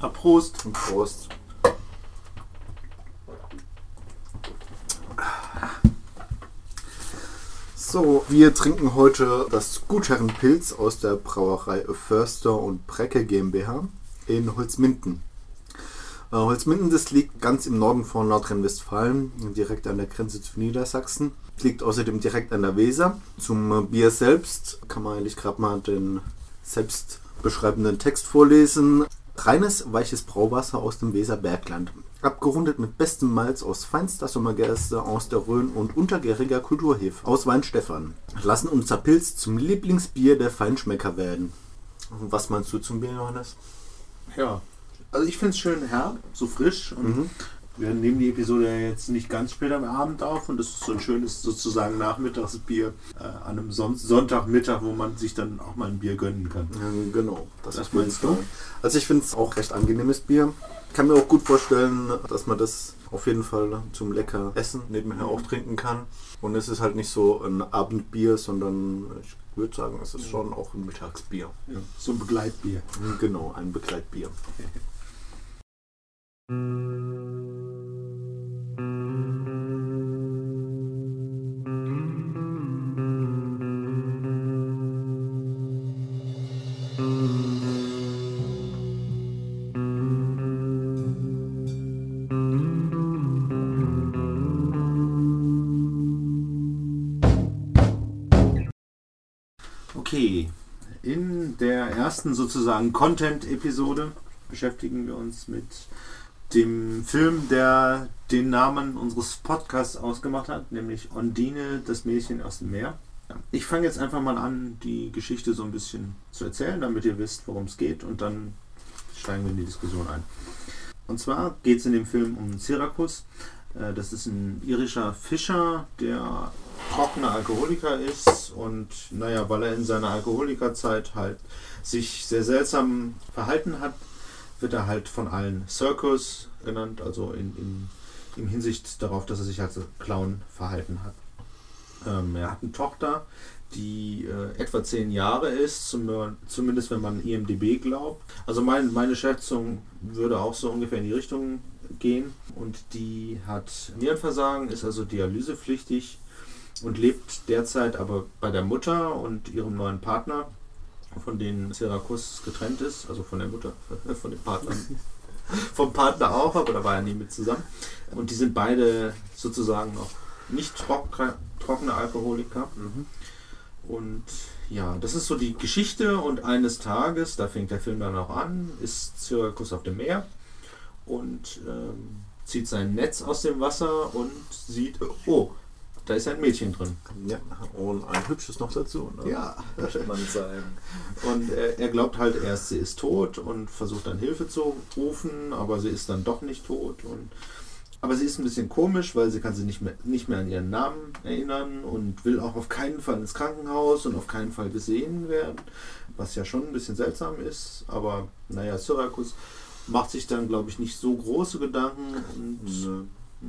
Prost. Prost. So, wir trinken heute das Gutherrenpilz aus der Brauerei Förster und Brecke GmbH in Holzminden. Holzminden, das liegt ganz im Norden von Nordrhein-Westfalen, direkt an der Grenze zu Niedersachsen. Liegt außerdem direkt an der Weser. Zum Bier selbst kann man eigentlich gerade mal den selbstbeschreibenden Text vorlesen. Reines, weiches Brauwasser aus dem Weserbergland. Abgerundet mit bestem Malz aus feinster Sommergerste aus der Rhön und untergäriger Kulturhefe aus Weinstefan. Lassen unser Pilz zum Lieblingsbier der Feinschmecker werden. Was meinst du zum Bier, Johannes? Ja, also ich finde es schön herb, so frisch. Und wir nehmen die Episode ja jetzt nicht ganz spät am Abend auf. Und das ist so ein schönes sozusagen Nachmittagsbier an einem Sonntagmittag, wo man sich dann auch mal ein Bier gönnen kann. Ja, genau, das meinst du? Also ich finde es auch recht angenehmes Bier. Ich kann mir auch gut vorstellen, dass man das auf jeden Fall zum lecker Essen nebenher auch trinken kann. Und es ist halt nicht so ein Abendbier, sondern ich würde sagen, es ist schon auch ein Mittagsbier. Ja, so ein Begleitbier. Genau, ein Begleitbier. Okay, in der ersten sozusagen Content-Episode beschäftigen wir uns mit dem Film, der den Namen unseres Podcasts ausgemacht hat, nämlich Ondine, das Mädchen aus dem Meer. Ich fange jetzt einfach mal an, die Geschichte so ein bisschen zu erzählen, damit ihr wisst, worum es geht, und dann steigen wir in die Diskussion ein. Und zwar geht es in dem Film um Syrakus. Das ist ein irischer Fischer, der trockener Alkoholiker ist und naja, weil er in seiner Alkoholikerzeit halt sich sehr seltsam verhalten hat, wird er halt von allen Circus genannt, also in Hinsicht darauf, dass er sich als Clown verhalten hat. Er hat eine Tochter, die etwa 10 Jahre ist, zumindest wenn man IMDb glaubt. Also meine Schätzung würde auch so ungefähr in die Richtung gehen. Und die hat Nierenversagen, ist also dialysepflichtig und lebt derzeit aber bei der Mutter und ihrem neuen Partner, von denen Syrakus getrennt ist, also von der Mutter, von dem Partner. Vom Partner auch, aber da war er nie mit zusammen. Und die sind beide sozusagen noch nicht trockene Alkoholiker. Und ja, das ist so die Geschichte, und eines Tages, da fängt der Film dann auch an, ist Syrakus auf dem Meer und zieht sein Netz aus dem Wasser und sieht, oh, da ist ein Mädchen drin. Ja, und ein hübsches noch dazu. Ne? Ja, könnte man sagen. Und er glaubt halt erst, sie ist tot und versucht dann Hilfe zu rufen, aber sie ist dann doch nicht tot. Aber sie ist ein bisschen komisch, weil sie kann sich nicht mehr an ihren Namen erinnern und will auch auf keinen Fall ins Krankenhaus und auf keinen Fall gesehen werden, was ja schon ein bisschen seltsam ist. Aber naja, Syrakus macht sich dann, glaube ich, nicht so große Gedanken und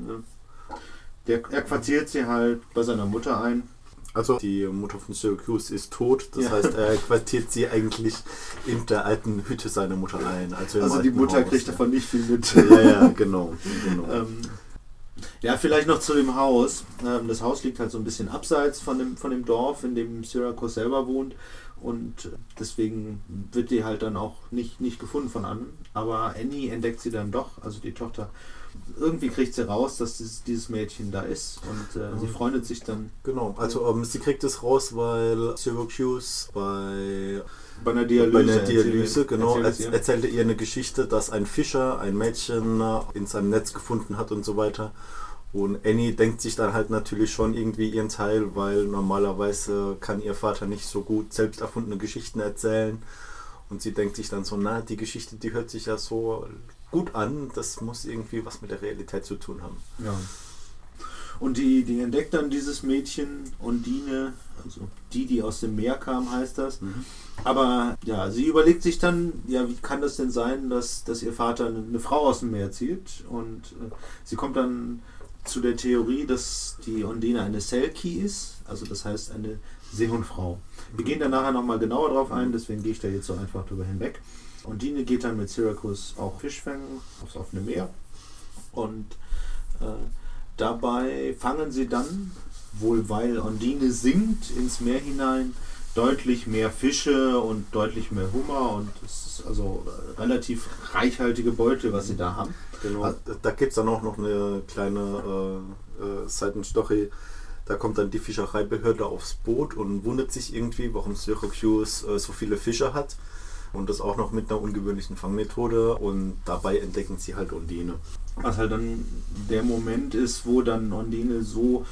er quartiert sie halt bei seiner Mutter ein. Also die Mutter von Syracuse ist tot, das heißt, er quartiert sie eigentlich in der alten Hütte seiner Mutter ein. Also die Mutter Haus, kriegt davon nicht viel mit. Ja, genau. Ja, vielleicht noch zu dem Haus. Das Haus liegt halt so ein bisschen abseits von dem Dorf, in dem Syrakus selber wohnt. Und deswegen wird die halt dann auch nicht gefunden von Anne. Aber Annie entdeckt sie dann doch, also die Tochter. Irgendwie kriegt sie raus, dass dieses Mädchen da ist, und sie freundet sich dann. Genau, also sie kriegt es raus, weil Syracuse bei einer Dialyse erzählte ihr eine Geschichte, dass ein Fischer ein Mädchen in seinem Netz gefunden hat und so weiter. Und Annie denkt sich dann halt natürlich schon irgendwie ihren Teil, weil normalerweise kann ihr Vater nicht so gut selbst erfundene Geschichten erzählen. Und sie denkt sich dann so, na, die Geschichte, die hört sich ja so gut an, das muss irgendwie was mit der Realität zu tun haben. Ja. Und die entdeckt dann dieses Mädchen, Ondine, also die aus dem Meer kam, heißt das. Aber ja, sie überlegt sich dann, ja, wie kann das denn sein, dass ihr Vater eine Frau aus dem Meer zieht? Und sie kommt dann zu der Theorie, dass die Ondine eine Selkie ist, also das heißt eine Seehundfrau. Wir gehen da nachher nochmal genauer drauf ein, deswegen gehe ich da jetzt so einfach drüber hinweg. Undine geht dann mit Syracuse auch Fisch fangen aufs offene Meer und dabei fangen sie dann, wohl weil Undine sinkt, ins Meer hinein deutlich mehr Fische und deutlich mehr Hummer und es ist also relativ reichhaltige Beute, was sie da haben. Genau, da gibt es dann auch noch eine kleine Seitenstory. Da kommt dann die Fischereibehörde aufs Boot und wundert sich irgendwie, warum Syracuse so viele Fische hat. Und das auch noch mit einer ungewöhnlichen Fangmethode. Und dabei entdecken sie halt Undine. Was halt dann der Moment ist, wo dann Undine so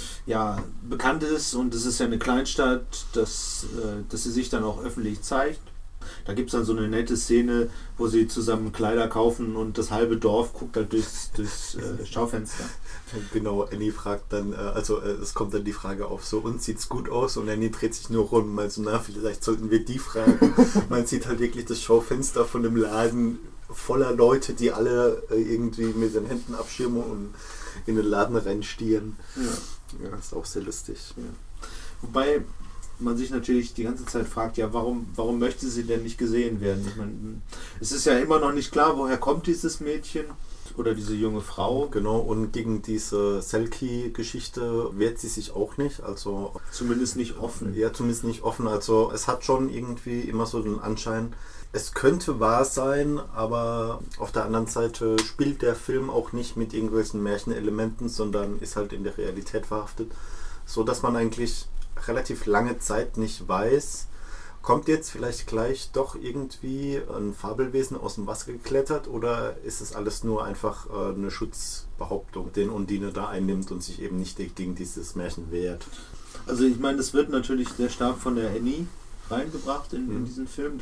bekannt ist und es ist ja eine Kleinstadt, dass sie sich dann auch öffentlich zeigt. Da gibt es dann so eine nette Szene, wo sie zusammen Kleider kaufen und das halbe Dorf guckt halt durchs Schaufenster. Genau, Annie fragt dann, es kommt dann die Frage auf, so, uns sieht's gut aus, und Annie dreht sich nur rum und meint so, vielleicht sollten wir die fragen. Man sieht halt wirklich das Schaufenster von dem Laden voller Leute, die alle irgendwie mit den Händen abschirmen und in den Laden reinstieren. Ja, das ist auch sehr lustig. Ja. Wobei man sich natürlich die ganze Zeit fragt, ja, warum möchte sie denn nicht gesehen werden? Ich meine, es ist ja immer noch nicht klar, woher kommt dieses Mädchen oder diese junge Frau. Genau, und gegen diese Selkie-Geschichte wehrt sie sich auch nicht. Also zumindest nicht offen. Ja, zumindest nicht offen. Also es hat schon irgendwie immer so den Anschein, es könnte wahr sein, aber auf der anderen Seite spielt der Film auch nicht mit irgendwelchen Märchenelementen, sondern ist halt in der Realität verhaftet, so dass man eigentlich relativ lange Zeit nicht weiß, kommt jetzt vielleicht gleich doch irgendwie ein Fabelwesen aus dem Wasser geklettert oder ist es alles nur einfach eine Schutzbehauptung, den Undine da einnimmt und sich eben nicht gegen dieses Märchen wehrt? Also ich meine, das wird natürlich sehr stark von der Annie reingebracht in diesen Film.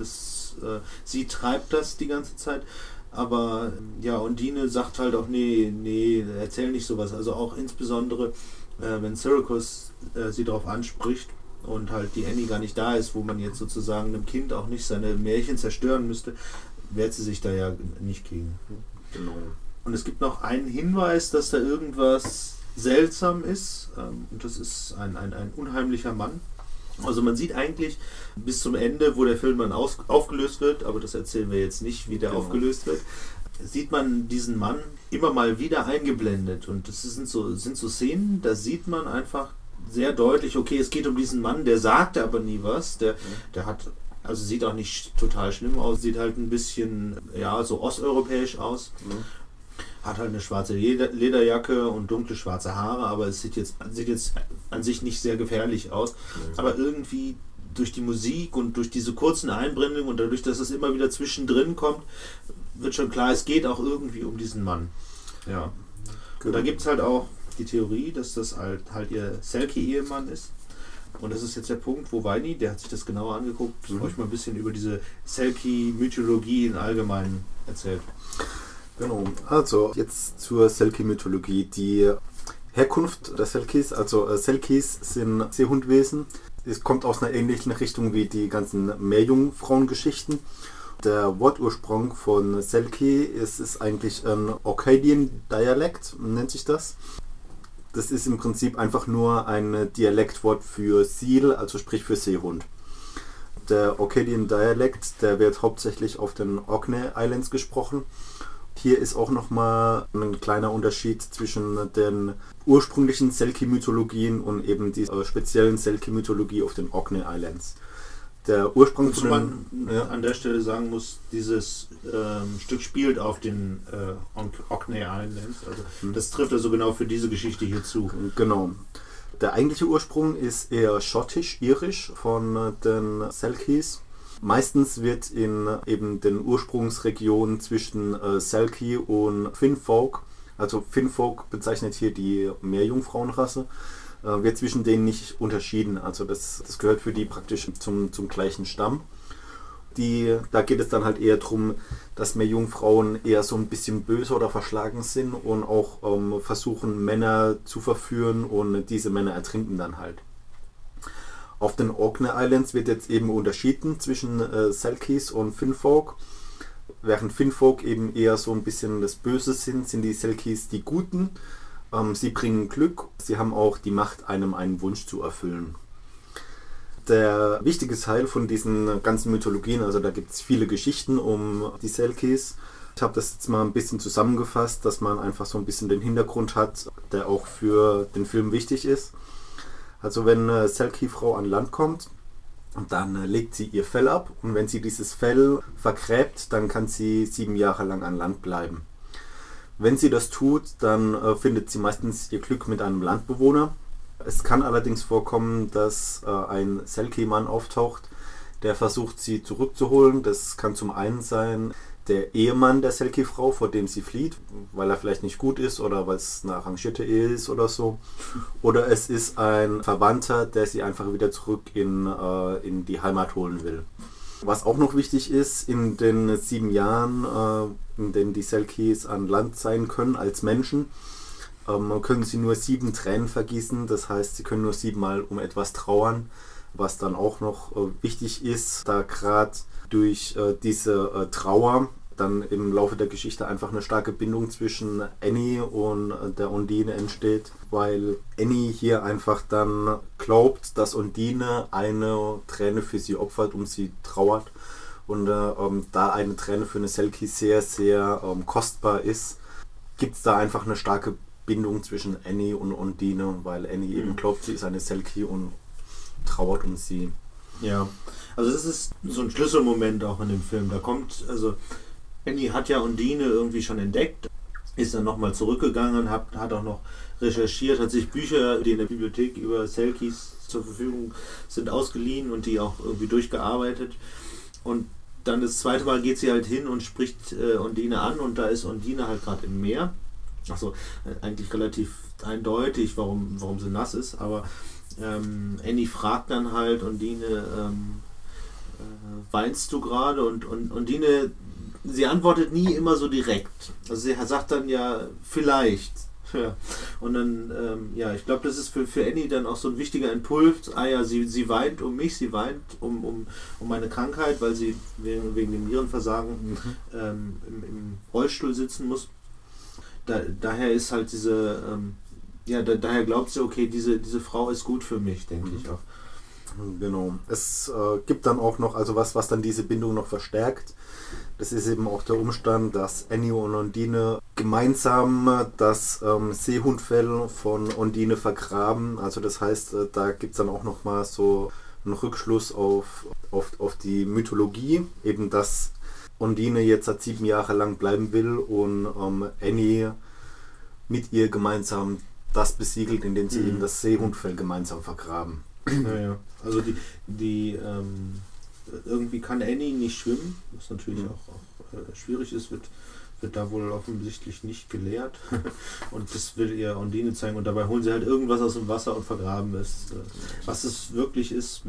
Sie treibt das die ganze Zeit. Aber ja, Undine sagt halt auch, nee, erzähl nicht sowas. Also auch insbesondere, wenn Syracuse sie darauf anspricht und halt die Annie gar nicht da ist, wo man jetzt sozusagen einem Kind auch nicht seine Märchen zerstören müsste, wehrt sie sich da ja nicht gegen. Genau. Und es gibt noch einen Hinweis, dass da irgendwas seltsam ist. Und das ist ein unheimlicher Mann. Also man sieht eigentlich bis zum Ende, wo der Film dann aufgelöst wird, aber das erzählen wir jetzt nicht, wie der aufgelöst wird, sieht man diesen Mann immer mal wieder eingeblendet. Und das sind so Szenen, da sieht man einfach sehr deutlich, okay, es geht um diesen Mann, der sagte aber nie was, der hat, also sieht auch nicht total schlimm aus, sieht halt ein bisschen, so osteuropäisch aus. Hat halt eine schwarze Lederjacke und dunkle schwarze Haare, aber es sieht jetzt an sich nicht sehr gefährlich aus. Aber irgendwie durch die Musik und durch diese kurzen Einblendungen und dadurch, dass es immer wieder zwischendrin kommt, wird schon klar, es geht auch irgendwie um diesen Mann. Ja. Und da gibt es halt auch die Theorie, dass das halt ihr Selkie-Ehemann ist. Und das ist jetzt der Punkt, wo Weini, der hat sich das genauer angeguckt, euch mal ein bisschen über diese Selkie-Mythologie im Allgemeinen erzählt. Genau, also jetzt zur Selkie-Mythologie. Die Herkunft der Selkies, also Selkies sind Seehundwesen. Es kommt aus einer ähnlichen Richtung wie die ganzen Meerjungfrauengeschichten. Der Wortursprung von Selkie ist eigentlich ein Orcadian-Dialekt, nennt sich das. Das ist im Prinzip einfach nur ein Dialektwort für Seal, also sprich für Seehund. Der Orcadian-Dialekt, der wird hauptsächlich auf den Orkney Islands gesprochen. Hier ist auch nochmal ein kleiner Unterschied zwischen den ursprünglichen Selkie-Mythologien und eben die speziellen Selkie-Mythologie auf den Orkney Islands. Der Ursprung von man an der Stelle sagen muss, dieses Stück spielt auf den Orkney Islands. Also das trifft also genau für diese Geschichte hier zu. Genau. Der eigentliche Ursprung ist eher schottisch-irisch von den Selkies. Meistens wird in eben den Ursprungsregionen zwischen Selkie und Finnfolk, also Finnfolk bezeichnet hier die Meerjungfrauenrasse, wird zwischen denen nicht unterschieden. Also das gehört für die praktisch zum gleichen Stamm. Da geht es dann halt eher darum, dass Meerjungfrauen eher so ein bisschen böse oder verschlagen sind und auch versuchen, Männer zu verführen, und diese Männer ertrinken dann halt. Auf den Orkney Islands wird jetzt eben unterschieden zwischen Selkies und Finnfolk. Während Finnfolk eben eher so ein bisschen das Böse sind die Selkies die Guten. Sie bringen Glück, sie haben auch die Macht, einem einen Wunsch zu erfüllen. der wichtige Teil von diesen ganzen Mythologien, also da gibt es viele Geschichten um die Selkies. Ich habe das jetzt mal ein bisschen zusammengefasst, dass man einfach so ein bisschen den Hintergrund hat, der auch für den Film wichtig ist. Also wenn eine Selkie-Frau an Land kommt, dann legt sie ihr Fell ab und wenn sie dieses Fell vergräbt, dann kann sie 7 Jahre lang an Land bleiben. Wenn sie das tut, dann findet sie meistens ihr Glück mit einem Landbewohner. Es kann allerdings vorkommen, dass ein Selkie-Mann auftaucht, der versucht, sie zurückzuholen. Das kann zum einen sein der Ehemann der Selkie-Frau, vor dem sie flieht, weil er vielleicht nicht gut ist oder weil es eine arrangierte Ehe ist oder so. Oder es ist ein Verwandter, der sie einfach wieder zurück in die Heimat holen will. Was auch noch wichtig ist, in den 7 Jahren, in denen die Selkies an Land sein können als Menschen, können sie nur 7 Tränen vergießen. Das heißt, sie können nur 7 Mal um etwas trauern, was dann auch noch wichtig ist, da gerade durch diese Trauer dann im Laufe der Geschichte einfach eine starke Bindung zwischen Annie und der Undine entsteht, weil Annie hier einfach dann glaubt, dass Undine eine Träne für sie opfert, um sie trauert. Und da eine Träne für eine Selkie sehr, sehr kostbar ist, gibt es da einfach eine starke Bindung zwischen Annie und Undine, weil Annie eben glaubt, sie ist eine Selkie und trauert um sie. Ja, also das ist so ein Schlüsselmoment auch in dem Film. Da kommt, also Annie hat ja Undine irgendwie schon entdeckt, ist dann nochmal zurückgegangen, hat auch noch recherchiert, hat sich Bücher, die in der Bibliothek über Selkies zur Verfügung sind, ausgeliehen und die auch irgendwie durchgearbeitet. Und dann das zweite Mal geht sie halt hin und spricht Undine an und da ist Undine halt gerade im Meer. Achso, eigentlich relativ eindeutig, warum sie nass ist, aber Annie fragt dann halt Undine, weinst du gerade? Und Undine, sie antwortet nie immer so direkt. Also sie sagt dann ja, vielleicht. Ja. Und dann, ich glaube, das ist für Annie dann auch so ein wichtiger Impuls. Ah ja, sie weint um mich, sie weint um meine Krankheit, weil sie wegen dem Nierenversagen im Rollstuhl sitzen muss. Daher ist halt diese, daher glaubt sie, okay, diese Frau ist gut für mich, denke ich auch. Genau. Es gibt dann auch noch, also was dann diese Bindung noch verstärkt, das ist eben auch der Umstand, dass Annie und Undine gemeinsam das Seehundfell von Undine vergraben. Also das heißt, da gibt es dann auch nochmal so einen Rückschluss auf die Mythologie, eben dass Undine jetzt seit 7 Jahre lang bleiben will und Annie mit ihr gemeinsam das besiegelt, indem sie eben das Seehundfell gemeinsam vergraben. Ja. Also die irgendwie kann Annie nicht schwimmen, was natürlich auch schwierig ist, wird da wohl offensichtlich nicht gelehrt. Und das will ihr Undine zeigen und dabei holen sie halt irgendwas aus dem Wasser und vergraben es. Was es wirklich ist,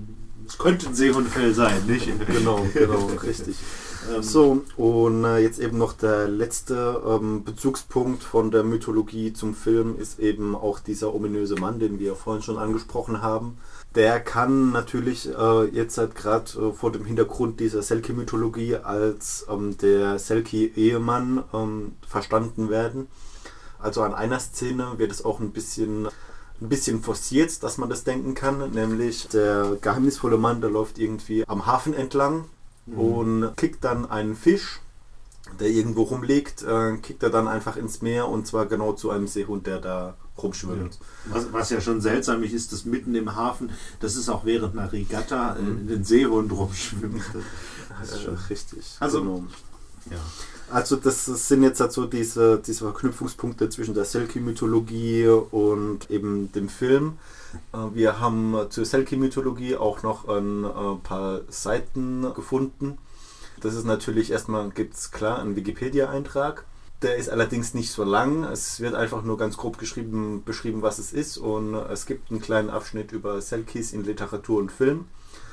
es könnte ein Seehundfell sein, nicht? Genau, richtig. So, und jetzt eben noch der letzte Bezugspunkt von der Mythologie zum Film ist eben auch dieser ominöse Mann, den wir vorhin schon angesprochen haben. Der kann natürlich jetzt halt gerade vor dem Hintergrund dieser Selkie-Mythologie als der Selkie-Ehemann verstanden werden. Also an einer Szene wird es auch ein bisschen forciert, dass man das denken kann, nämlich der geheimnisvolle Mann, der läuft irgendwie am Hafen entlang und kickt dann einen Fisch, der irgendwo rumliegt, kickt er dann einfach ins Meer und zwar genau zu einem Seehund, der da rumschwimmt. Ja. Was ja schon seltsam ist, dass mitten im Hafen, das ist auch während einer Regatta, den Seehund rumschwimmt. Das ist schon richtig. Also, genau. Ja. Also das sind jetzt halt so diese Verknüpfungspunkte zwischen der Selkie-Mythologie und eben dem Film. Wir haben zur Selkie-Mythologie auch noch ein paar Seiten gefunden. Das ist natürlich erstmal, gibt es klar einen Wikipedia-Eintrag. Der ist allerdings nicht so lang. Es wird einfach nur ganz grob beschrieben, was es ist. Und es gibt einen kleinen Abschnitt über Selkies in Literatur und Film.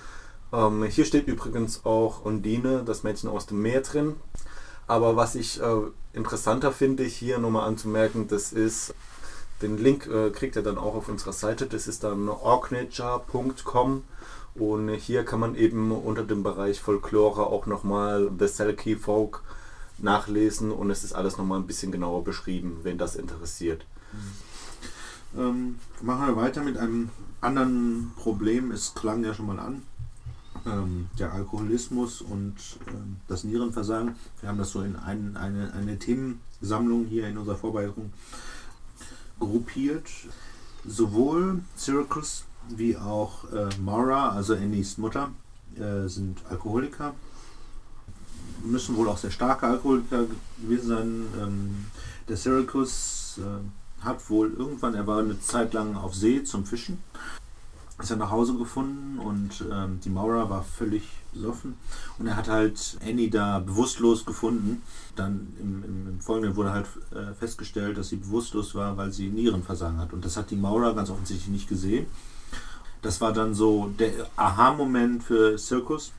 Hier steht übrigens auch Undine, das Mädchen aus dem Meer, drin. Aber was ich interessanter finde, hier nochmal anzumerken, das ist, den Link kriegt ihr dann auch auf unserer Seite. Das ist dann orknature.com. Und hier kann man eben unter dem Bereich Folklore auch nochmal The Selkie Folk nachlesen und es ist alles nochmal ein bisschen genauer beschrieben, wenn das interessiert. Machen wir weiter mit einem anderen Problem. Es klang ja schon mal an. Der Alkoholismus und das Nierenversagen. Wir haben das so in eine Themensammlung hier in unserer Vorbereitung gruppiert. Sowohl Syracuse wie auch Mara, also Annies Mutter, sind Alkoholiker. Müssen wohl auch sehr starke Alkoholiker gewesen sein. Der Syracuse hat wohl irgendwann, er war eine Zeit lang auf See zum Fischen, ist er nach Hause gefunden und die Maurer war völlig besoffen und er hat halt Annie da bewusstlos gefunden. Dann im Folgenden wurde halt festgestellt, dass sie bewusstlos war, weil sie Nierenversagen hat und das hat die Maurer ganz offensichtlich nicht gesehen. Das war dann so der Aha-Moment für Syracuse,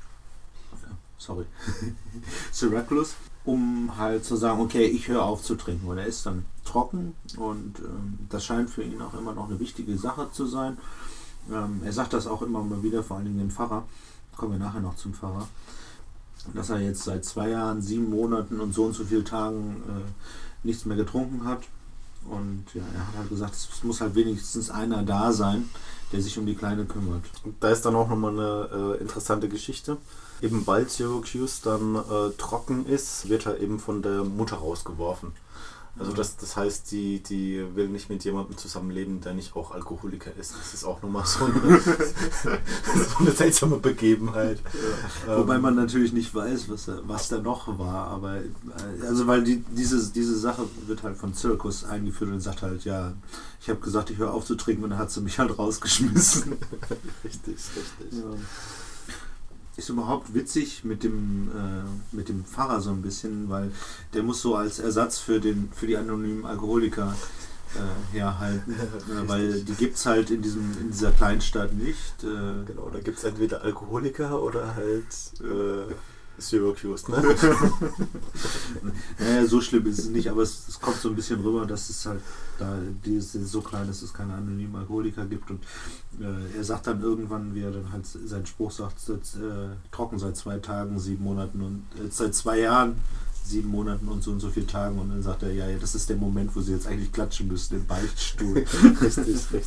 um halt zu sagen, okay, ich höre auf zu trinken. Und er ist dann trocken und das scheint für ihn auch immer noch eine wichtige Sache zu sein. Er sagt das auch immer mal wieder, vor allen Dingen dem Pfarrer, kommen wir nachher noch zum Pfarrer, dass er jetzt seit 2 Jahren, 7 Monaten und so viele Tagen nichts mehr getrunken hat. Und ja, er hat halt gesagt, es muss halt wenigstens einer da sein, der sich um die Kleine kümmert. Da ist dann auch nochmal eine interessante Geschichte. Eben weil Syracuse dann trocken ist, wird er eben von der Mutter rausgeworfen. Also das heißt, die will nicht mit jemandem zusammenleben, der nicht auch Alkoholiker ist. Das ist auch nochmal so eine seltsame Begebenheit. Wobei man natürlich nicht weiß, was da noch war, aber also weil diese Sache wird halt von Syracuse eingeführt und sagt halt, ja, ich habe gesagt, ich höre auf zu trinken und dann hat sie mich halt rausgeschmissen. Richtig. Ja. Ist überhaupt witzig mit dem Pfarrer so ein bisschen, weil der muss so als Ersatz für die anonymen Alkoholiker herhalten, weil die gibt es halt in dieser Kleinstadt nicht. Genau, da gibt es entweder Alkoholiker oder halt Syracuse, ne? Naja, so schlimm ist es nicht, aber es kommt so ein bisschen rüber, dass es halt da so klein ist, dass es keine anonymen Alkoholiker gibt und er sagt dann irgendwann, wie er dann halt seinen Spruch sagt, trocken seit 2 Tagen, 7 Monaten und seit 2 Jahren, 7 Monaten und so viele Tagen und dann sagt er, ja, das ist der Moment, wo sie jetzt eigentlich klatschen müssten im Beichtstuhl. Richtig.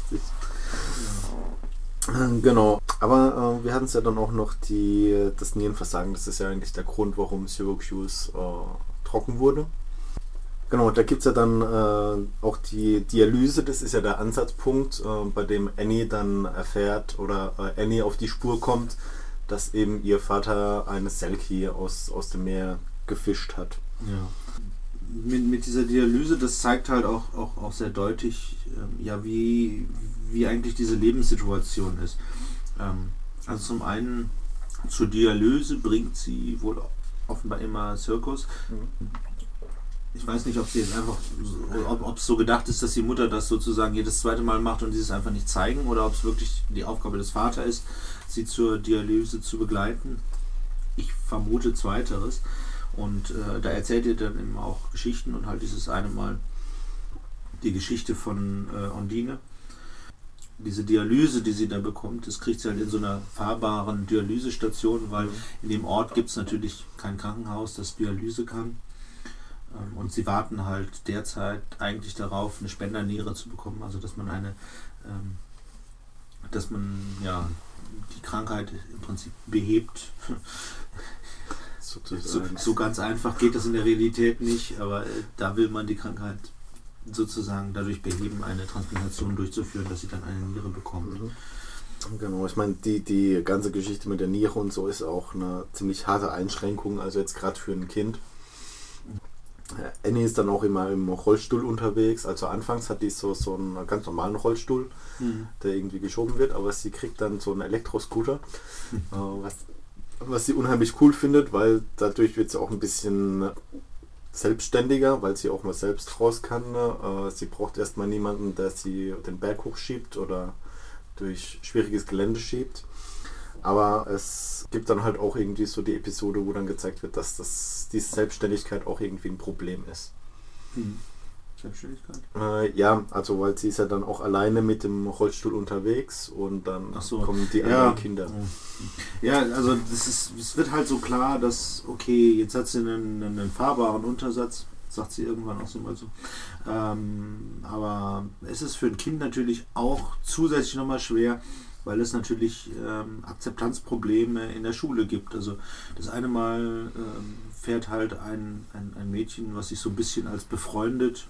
Genau, aber wir hatten es ja dann auch noch das Nierenversagen, das ist ja eigentlich der Grund, warum Syracuse trocken wurde. Genau, da gibt es ja dann auch die Dialyse, das ist ja der Ansatzpunkt, bei dem Annie dann erfährt oder Annie auf die Spur kommt, dass eben ihr Vater eine Selkie aus dem Meer gefischt hat. Ja. Mit dieser Dialyse, das zeigt halt auch sehr deutlich, wie eigentlich diese Lebenssituation ist. Also zum einen zur Dialyse bringt sie wohl offenbar immer Syracuse. Ich weiß nicht, ob sie jetzt einfach, ob es so gedacht ist, dass die Mutter das sozusagen jedes zweite Mal macht und sie es einfach nicht zeigen, oder ob es wirklich die Aufgabe des Vaters ist, sie zur Dialyse zu begleiten. Ich vermute Zweiteres. Und da erzählt ihr dann eben auch Geschichten und halt dieses eine Mal die Geschichte von Ondine. Diese Dialyse, die sie da bekommt, das kriegt sie halt in so einer fahrbaren Dialysestation, weil in dem Ort gibt es natürlich kein Krankenhaus, das Dialyse kann. Und sie warten halt derzeit eigentlich darauf, eine Spenderniere zu bekommen, also dass man die Krankheit im Prinzip behebt. So ganz einfach geht das in der Realität nicht, aber da will man die Krankheit sozusagen dadurch beheben, eine Transplantation durchzuführen, dass sie dann eine Niere bekommt. Genau, ich meine, die ganze Geschichte mit der Niere und so ist auch eine ziemlich harte Einschränkung, also jetzt gerade für ein Kind. Annie ist dann auch immer im Rollstuhl unterwegs, also anfangs hat die so einen ganz normalen Rollstuhl, der irgendwie geschoben wird, aber sie kriegt dann so einen Elektroscooter, was sie unheimlich cool findet, weil dadurch wird sie auch ein bisschen selbstständiger, weil sie auch mal selbst raus kann. Sie braucht erstmal niemanden, der sie den Berg hochschiebt oder durch schwieriges Gelände schiebt. Aber es gibt dann halt auch irgendwie so die Episode, wo dann gezeigt wird, dass diese Selbstständigkeit auch irgendwie ein Problem ist. Selbstständigkeit? Ja, also weil sie ist ja dann auch alleine mit dem Rollstuhl unterwegs und dann kommen die anderen Kinder. Ja, also es wird halt so klar, dass, okay, jetzt hat sie einen fahrbaren Untersatz, sagt sie irgendwann auch so mal so. Aber es ist für ein Kind natürlich auch zusätzlich nochmal schwer, weil es natürlich Akzeptanzprobleme in der Schule gibt. Also das eine Mal fährt halt ein Mädchen, was sich so ein bisschen als befreundet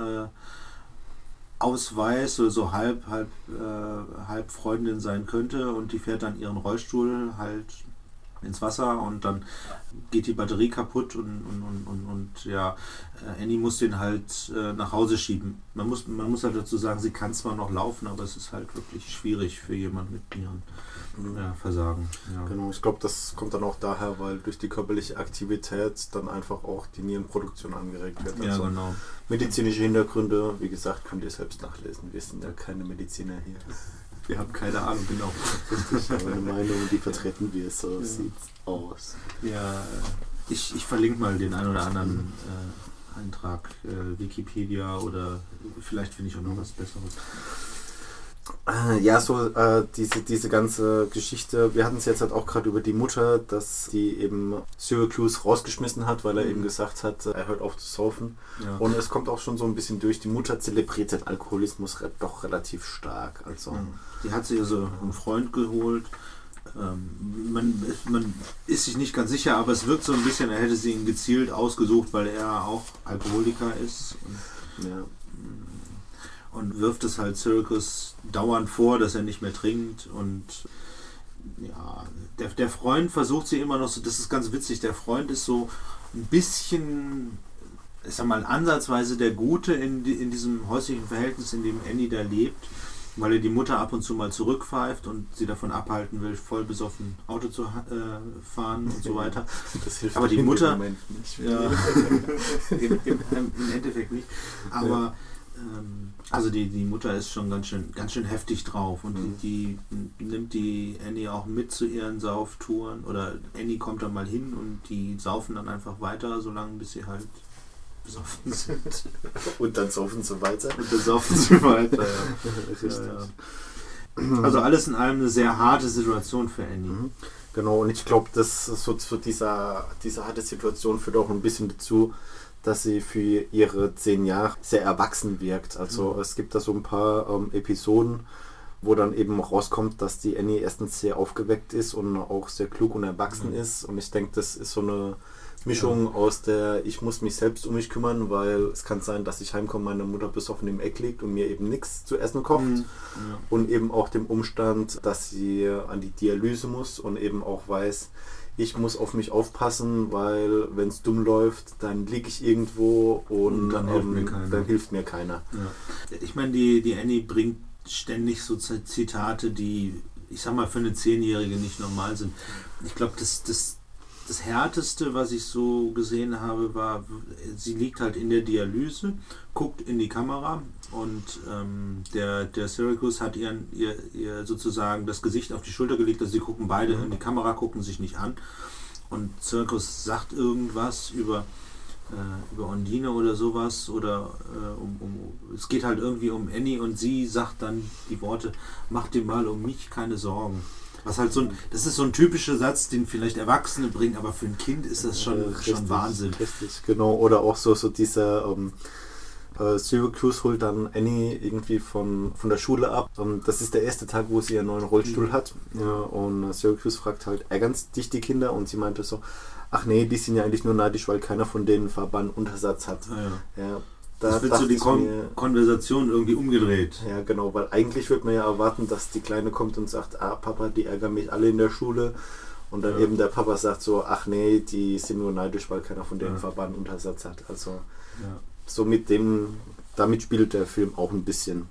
ausweist oder so halb Freundin sein könnte, und die fährt dann ihren Rollstuhl halt ins Wasser und dann geht die Batterie kaputt und ja, Annie muss den halt nach Hause schieben. Man muss halt dazu sagen, sie kann zwar noch laufen, aber es ist halt wirklich schwierig für jemanden mit Nierenversagen. Ja. Genau, ich glaube, das kommt dann auch daher, weil durch die körperliche Aktivität dann einfach auch die Nierenproduktion angeregt wird. Ja, also genau. medizinische Hintergründe, wie gesagt, könnt ihr selbst nachlesen. Wir sind ja keine Mediziner hier. Wir haben keine Ahnung, genau. Richtig, aber eine Meinung, die vertreten wir, so sieht's aus. Ja, ich verlinke mal den einen oder anderen Eintrag, Wikipedia, oder vielleicht finde ich auch noch was Besseres. Ja, so diese ganze Geschichte, wir hatten es jetzt halt auch gerade über die Mutter, dass die eben Syracuse rausgeschmissen hat, weil er eben gesagt hat, er hört auf zu saufen. Ja. Und es kommt auch schon so ein bisschen durch, die Mutter zelebriert den Alkoholismus doch relativ stark. Also. Die hat sich also einen Freund geholt. Man ist sich nicht ganz sicher, aber es wirkt so ein bisschen, er hätte sie ihn gezielt ausgesucht, weil er auch Alkoholiker ist. Und wirft es halt Syracuse dauernd vor, dass er nicht mehr trinkt. Und ja, der Freund versucht sie immer noch so, das ist ganz witzig, der Freund ist so ein bisschen, ich sag mal, ansatzweise der Gute in diesem häuslichen Verhältnis, in dem Annie da lebt, weil er die Mutter ab und zu mal zurückpfeift und sie davon abhalten will, voll besoffen Auto zu fahren und so weiter. Das hilft aber die Mutter nicht. Ja, im Endeffekt nicht. Aber also die Mutter ist schon ganz schön heftig drauf, und die nimmt die Annie auch mit zu ihren Sauftouren, oder Annie kommt da mal hin und die saufen dann einfach weiter, solange bis sie halt besoffen sind. Und dann saufen sie weiter. Ja. Also alles in allem eine sehr harte Situation für Annie. Genau, und ich glaube, dass so diese harte Situation führt auch ein bisschen dazu, dass sie für ihre 10 Jahre sehr erwachsen wirkt. Also es gibt da so ein paar Episoden, wo dann eben rauskommt, dass die Annie erstens sehr aufgeweckt ist und auch sehr klug und erwachsen ist. Und ich denke, das ist so eine Mischung aus der, ich muss mich selbst um mich kümmern, weil es kann sein, dass ich heimkomme, meine Mutter besoffen im Eck liegt und mir eben nichts zu essen kocht. Und eben auch dem Umstand, dass sie an die Dialyse muss und eben auch weiß, ich muss auf mich aufpassen, weil wenn es dumm läuft, dann liege ich irgendwo und dann hilft mir keiner. Ja. Ich meine, die Annie bringt ständig so Zitate, die, ich sag mal, für eine 10-Jährige nicht normal sind. Ich glaube, das Härteste, was ich so gesehen habe, war, sie liegt halt in der Dialyse, guckt in die Kamera, und der Syracuse hat ihr sozusagen das Gesicht auf die Schulter gelegt, also sie gucken beide in die Kamera, gucken sich nicht an, und Syracuse sagt irgendwas über Ondine oder sowas, oder es geht halt irgendwie um Annie, und sie sagt dann die Worte, mach dir mal um mich keine Sorgen. Was halt das ist so ein typischer Satz, den vielleicht Erwachsene bringen, aber für ein Kind ist das schon Wahnsinn. Richtig, genau. Oder auch so dieser Syracuse holt dann Annie irgendwie von der Schule ab. Das ist der erste Tag, wo sie ihren neuen Rollstuhl hat. Und Syracuse fragt halt, ärgern dich die Kinder? Und sie meinte so, ach nee, die sind ja eigentlich nur neidisch, weil keiner von denen Verband-Untersatz hat. Ja. Das wird so die Konversation irgendwie umgedreht. Ja, genau, weil eigentlich würde man ja erwarten, dass die Kleine kommt und sagt, Papa, die ärgern mich alle in der Schule. Und dann eben der Papa sagt so, ach nee, die sind nur neidisch, weil keiner von denen Verband-Untersatz hat. Also so damit spielt der Film auch ein bisschen.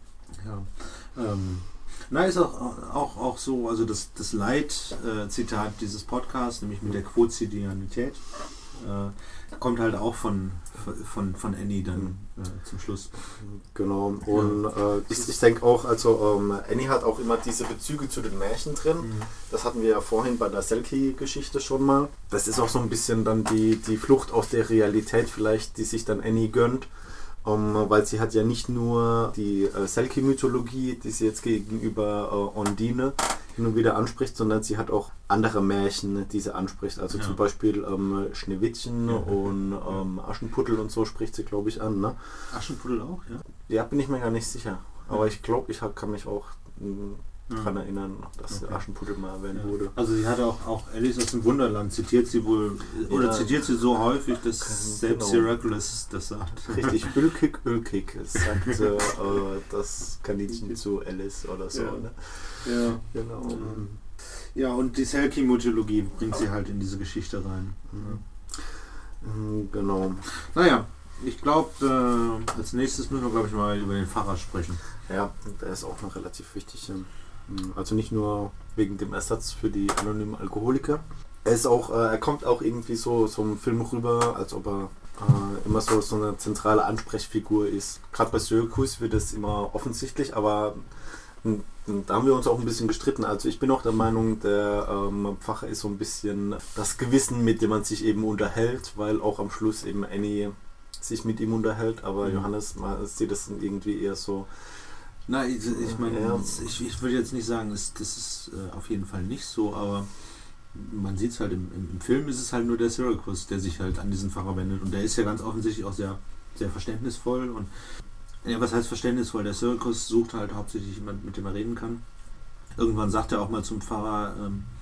Ja. Ist auch so, also das Leitzitat dieses Podcasts, nämlich mit der Quotidianität, kommt halt auch von Annie dann zum Schluss. Genau, und ich denke auch, also Annie hat auch immer diese Bezüge zu den Märchen drin. Das hatten wir ja vorhin bei der Selkie-Geschichte schon mal. Das ist auch so ein bisschen dann die Flucht aus der Realität vielleicht, die sich dann Annie gönnt. Weil sie hat ja nicht nur die Selkie-Mythologie, die sie jetzt gegenüber Ondine hin und wieder anspricht, sondern sie hat auch andere Märchen, die sie anspricht. Also zum Beispiel Schneewittchen und Aschenputtel und so spricht sie, glaube ich, an. Ne? Aschenputtel auch, ja? Ja, bin ich mir gar nicht sicher. Aber ich glaube, kann mich auch daran erinnern, dass Aschenputtel mal erwähnt wurde. Also sie hat auch Alice aus dem Wunderland, zitiert sie wohl, oder zitiert sie so häufig, dass selbst Syracuse das sagt. Richtig, Ölkick, sagt das Kaninchen zu Alice oder so. Ne? Ja, genau. Ja, und die Selkie-Mythologie bringt sie halt in diese Geschichte rein. Genau. Naja, ich glaube, als nächstes müssen wir, glaube ich, mal über den Pfarrer sprechen. Ja, der ist auch noch relativ wichtig. Also nicht nur wegen dem Ersatz für die anonymen Alkoholiker. Er kommt auch irgendwie so im Film rüber, als ob er immer so eine zentrale Ansprechfigur ist. Gerade bei Syracuse wird das immer offensichtlich, aber da haben wir uns auch ein bisschen gestritten. Also ich bin auch der Meinung, der Pfarrer ist so ein bisschen das Gewissen, mit dem man sich eben unterhält, weil auch am Schluss eben Annie sich mit ihm unterhält, aber Johannes sieht das irgendwie eher so. Nein, ich meine, ich würde jetzt nicht sagen, das ist auf jeden Fall nicht so, aber man sieht es halt im Film, ist es halt nur der Syracuse, der sich halt an diesen Pfarrer wendet, und der ist ja ganz offensichtlich auch sehr, sehr verständnisvoll. Und ja, was heißt verständnisvoll? Der Syracuse sucht halt hauptsächlich jemanden, mit dem er reden kann. Irgendwann sagt er auch mal zum Pfarrer,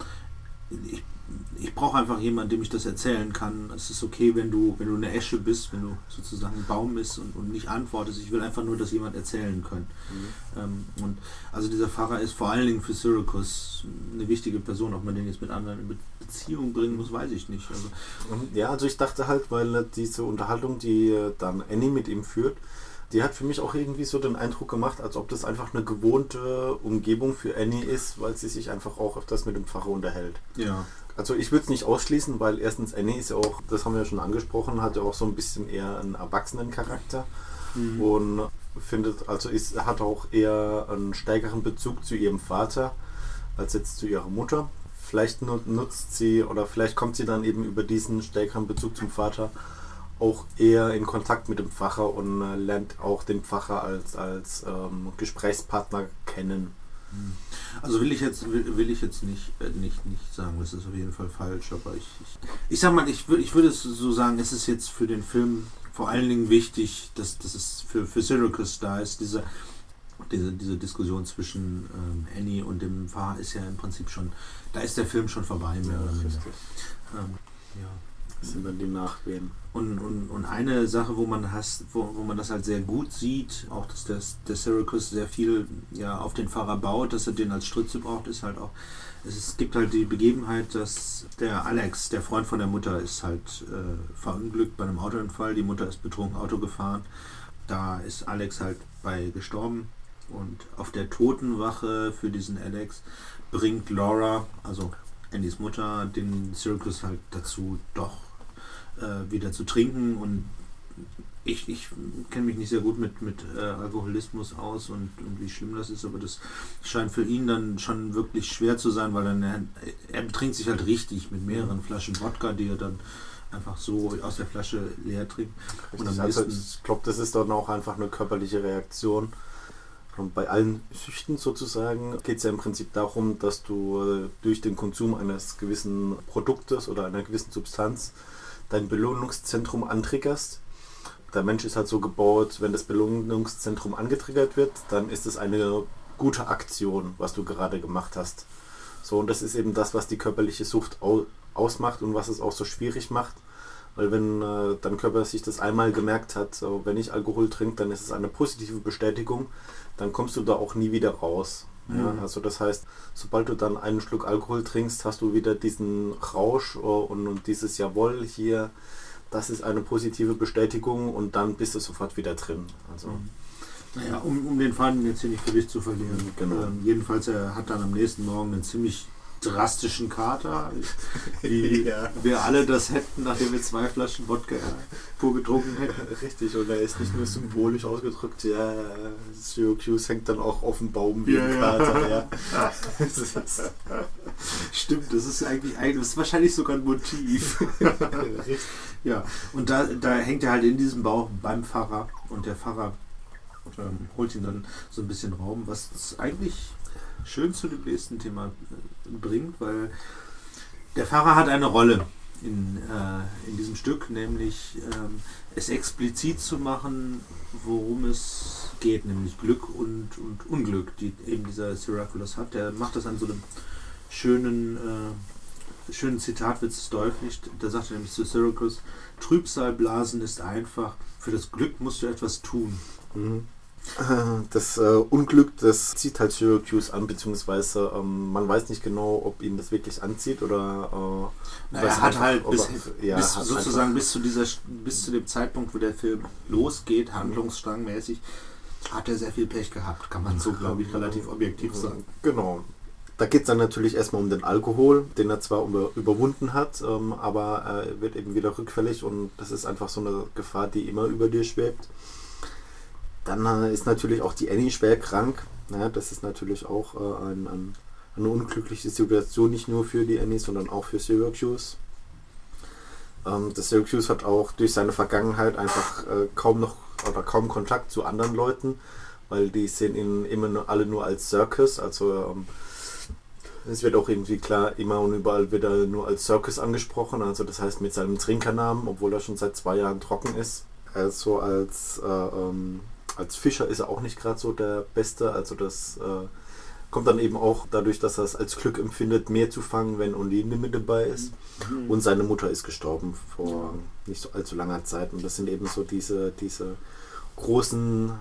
ich brauche einfach jemanden, dem ich das erzählen kann. Es ist okay, wenn du eine Esche bist, wenn du sozusagen ein Baum bist und nicht antwortest. Ich will einfach nur, dass jemand erzählen kann. Und also dieser Pfarrer ist vor allen Dingen für Syracuse eine wichtige Person. Ob man den jetzt mit anderen in Beziehung bringen muss, weiß ich nicht. Also ich dachte halt, weil diese Unterhaltung, die dann Annie mit ihm führt, die hat für mich auch irgendwie so den Eindruck gemacht, als ob das einfach eine gewohnte Umgebung für Annie ist, weil sie sich einfach auch öfters mit dem Pfarrer unterhält. Ja. Also ich würde es nicht ausschließen, weil erstens Annie ist ja auch, das haben wir ja schon angesprochen, hat ja auch so ein bisschen eher einen Erwachsenencharakter und hat auch eher einen stärkeren Bezug zu ihrem Vater als jetzt zu ihrer Mutter. Vielleicht nutzt sie oder vielleicht kommt sie dann eben über diesen stärkeren Bezug zum Vater auch eher in Kontakt mit dem Pfarrer und lernt auch den Pfarrer als Gesprächspartner kennen. Also will ich jetzt nicht sagen, das ist auf jeden Fall falsch, aber ich sag mal, ich würde es so sagen, es ist jetzt für den Film vor allen Dingen wichtig, dass es für Syracuse da ist. Diese Diskussion zwischen Annie und dem Pfarrer ist ja im Prinzip schon, da ist der Film schon vorbei, mehr oder minder. Das sind dann die Nachwehen. Und eine Sache, wo man das halt sehr gut sieht, auch dass der Syracuse sehr viel auf den Pfarrer baut, dass er den als Stütze braucht, ist halt auch, es gibt halt die Begebenheit, dass der Alex, der Freund von der Mutter, ist halt verunglückt bei einem Autounfall, die Mutter ist betrunken Auto gefahren, da ist Alex halt bei gestorben, und auf der Totenwache für diesen Alex bringt Laura, also Andys Mutter, den Syracuse halt dazu, doch wieder zu trinken. Und ich kenne mich nicht sehr gut mit Alkoholismus aus und wie schlimm das ist, aber das scheint für ihn dann schon wirklich schwer zu sein, weil er betrinkt sich halt richtig mit mehreren Flaschen Wodka, die er dann einfach so aus der Flasche leer trinkt. Und ich glaube, das ist dann auch einfach eine körperliche Reaktion. Und bei allen Süchten sozusagen geht es ja im Prinzip darum, dass du durch den Konsum eines gewissen Produktes oder einer gewissen Substanz dein Belohnungszentrum antriggerst. Der Mensch ist halt so gebaut, wenn das Belohnungszentrum angetriggert wird, dann ist es eine gute Aktion, was du gerade gemacht hast. So, und das ist eben das, was die körperliche Sucht ausmacht und was es auch so schwierig macht. Weil wenn dein Körper sich das einmal gemerkt hat, so, wenn ich Alkohol trinke, dann ist es eine positive Bestätigung, dann kommst du da auch nie wieder raus. Ja, also das heißt, sobald du dann einen Schluck Alkohol trinkst, hast du wieder diesen Rausch und dieses Jawohl hier, das ist eine positive Bestätigung, und dann bist du sofort wieder drin. Also, naja, um den Faden jetzt hier nicht für dich zu verlieren. Genau. Jedenfalls, er hat dann am nächsten Morgen einen ziemlich drastischen Kater, wie wir alle das hätten, nachdem wir 2 Flaschen Wodka pur getrunken hätten. Richtig, und er ist nicht nur symbolisch ausgedrückt, Syracuse hängt dann auch auf dem Baum wie ein Kater. Stimmt, das ist das ist wahrscheinlich sogar ein Motiv. Ja, und da hängt er halt in diesem Baum beim Pfarrer, und der Pfarrer holt ihn dann so ein bisschen Raum, was eigentlich schön zu dem nächsten Thema bringt, weil der Pfarrer hat eine Rolle in diesem Stück, nämlich es explizit zu machen, worum es geht, nämlich Glück und Unglück, die eben dieser Syracuse hat. Der macht das an so einem schönen Zitat, wird es deutlich. Da sagt er nämlich zu Syracuse: Trübsal blasen ist einfach, für das Glück musst du etwas tun. Mhm. Das Unglück, das zieht halt Syracuse an, beziehungsweise man weiß nicht genau, ob ihn das wirklich anzieht oder er hat halt bis zu dem Zeitpunkt, wo der Film losgeht, handlungsstrangmäßig, hat er sehr viel Pech gehabt, kann man so, glaube ich, relativ objektiv sagen. Genau. Da geht es dann natürlich erstmal um den Alkohol, den er zwar überwunden hat, aber er wird eben wieder rückfällig und das ist einfach so eine Gefahr, die immer über dir schwebt. Dann ist natürlich auch die Annie schwer krank. Ja, das ist natürlich auch eine unglückliche Situation, nicht nur für die Annie, sondern auch für Syracuse. Der Syracuse hat auch durch seine Vergangenheit einfach kaum Kontakt zu anderen Leuten, weil die sehen ihn immer alle nur als Circus. Also es wird auch irgendwie klar, immer und überall wird er nur als Circus angesprochen. Also das heißt mit seinem Trinkernamen, obwohl er schon seit 2 Jahren trocken ist. Also als Fischer ist er auch nicht gerade so der Beste, also das kommt dann eben auch dadurch, dass er es als Glück empfindet, mehr zu fangen, wenn Undine mit dabei ist. Mhm. Und seine Mutter ist gestorben vor nicht so allzu langer Zeit. Und das sind eben so dieses große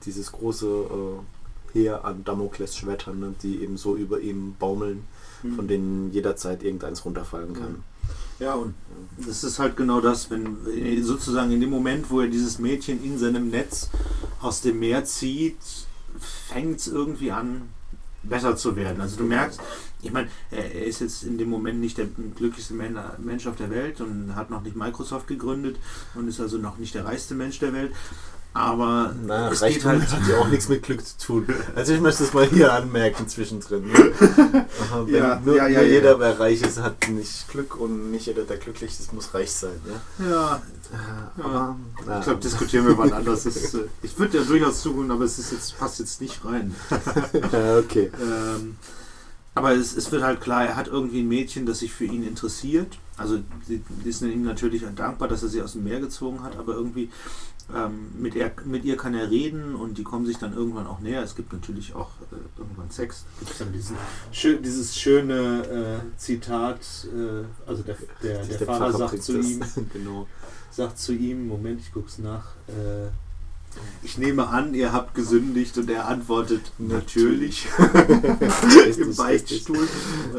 Heer an Damoklesschwertern, ne, die eben so über ihm baumeln, von denen jederzeit irgendeins runterfallen kann. Ja, und das ist halt genau das, wenn sozusagen in dem Moment, wo er dieses Mädchen in seinem Netz aus dem Meer zieht, fängt es irgendwie an, besser zu werden. Also du merkst, ich meine, er ist jetzt in dem Moment nicht der glücklichste Mensch auf der Welt und hat noch nicht Microsoft gegründet und ist also noch nicht der reichste Mensch der Welt. Aber es geht halt, hat ja auch nichts mit Glück zu tun. Also ich möchte es mal hier anmerken zwischendrin. Ne? Nur jeder, wer reich ist, hat nicht Glück und nicht jeder, der glücklich ist, muss reich sein. Ja. Aber, ich glaube, diskutieren wir wann anders. Ich würde ja durchaus zugeben, aber passt jetzt nicht rein. Okay. Aber es wird halt klar, er hat irgendwie ein Mädchen, das sich für ihn interessiert. Also die ist ihm natürlich dankbar, dass er sie aus dem Meer gezogen hat, aber irgendwie mit ihr kann er reden und die kommen sich dann irgendwann auch näher. Es gibt natürlich auch irgendwann Sex. Gibt es dann dieses schöne Zitat, also der Fahrer sagt zu ihm, sagt zu ihm, Moment, ich guck's nach, ich nehme an, ihr habt gesündigt, und er antwortet, natürlich. Im Beichtstuhl.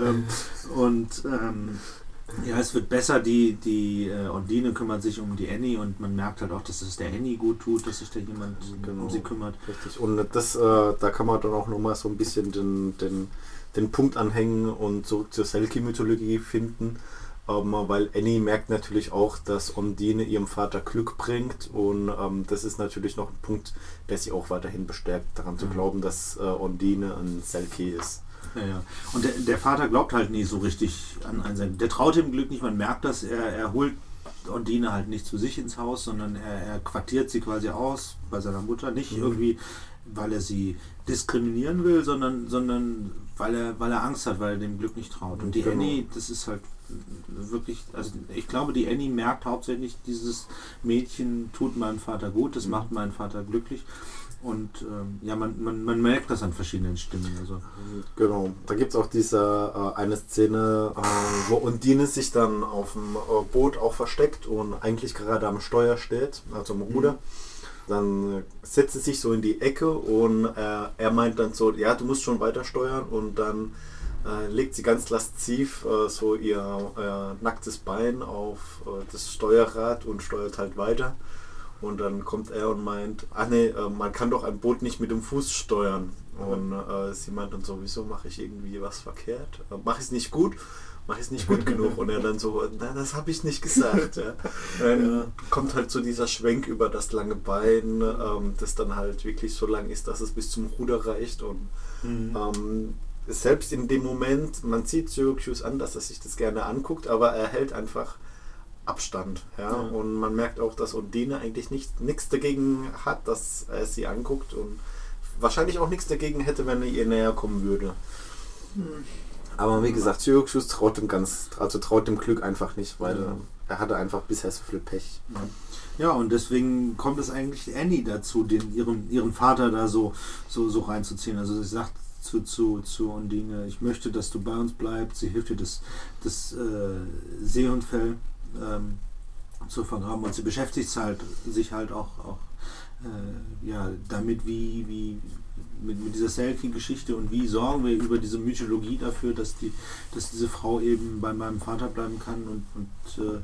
Ja, es wird besser, die Undine kümmert sich um die Annie und man merkt halt auch, dass es der Annie gut tut, dass sich da jemand um sie kümmert. Richtig, und da kann man dann auch nochmal so ein bisschen den Punkt anhängen und zurück zur Selkie-Mythologie finden, weil Annie merkt natürlich auch, dass Undine ihrem Vater Glück bringt und das ist natürlich noch ein Punkt, der sie auch weiterhin bestärkt, daran zu glauben, dass Undine ein Selkie ist. Ja. Und der Vater glaubt halt nie so richtig an sein. Der traut dem Glück nicht, man merkt das, er holt Undine halt nicht zu sich ins Haus, sondern er quartiert sie quasi aus bei seiner Mutter. Nicht irgendwie, weil er sie diskriminieren will, sondern weil er Angst hat, weil er dem Glück nicht traut. Und die Annie, das ist halt wirklich, also ich glaube, die Annie merkt hauptsächlich, dieses Mädchen tut meinem Vater gut, das macht meinen Vater glücklich. Und man merkt das an verschiedenen Stimmen. Also. Genau, da gibt es auch diese eine Szene, wo Undine sich dann auf dem Boot auch versteckt und eigentlich gerade am Steuer steht, also am Ruder. Dann setzt sie sich so in die Ecke und er meint dann so, ja, du musst schon weiter steuern, und dann legt sie ganz lasziv so ihr nacktes Bein auf das Steuerrad und steuert halt weiter. Und dann kommt er und meint, man kann doch ein Boot nicht mit dem Fuß steuern. Und sie meint dann so, wieso mache ich irgendwie was verkehrt? Mache ich es nicht gut? Mache ich es nicht gut genug? Und er dann so, na, das habe ich nicht gesagt. Ja. Dann kommt halt so dieser Schwenk über das lange Bein, das dann halt wirklich so lang ist, dass es bis zum Ruder reicht. Und selbst in dem Moment, man sieht Syracuse an, dass er sich das gerne anguckt, aber er hält einfach Abstand, und man merkt auch, dass Undine eigentlich nichts dagegen hat, dass er sie anguckt und wahrscheinlich auch nichts dagegen hätte, wenn er ihr näher kommen würde. Aber wie gesagt, Syracuse traut dem Glück einfach nicht, weil er hatte einfach bisher so viel Pech. Ja, und deswegen kommt es eigentlich Annie dazu, ihren Vater da so reinzuziehen. Also sie sagt zu Undine, ich möchte, dass du bei uns bleibst. Sie hilft dir, das Seehundfell zu vergraben, und sie beschäftigt sich halt auch damit, wie mit dieser Selkie-Geschichte, und wie sorgen wir über diese Mythologie dafür, dass diese Frau eben bei meinem Vater bleiben kann und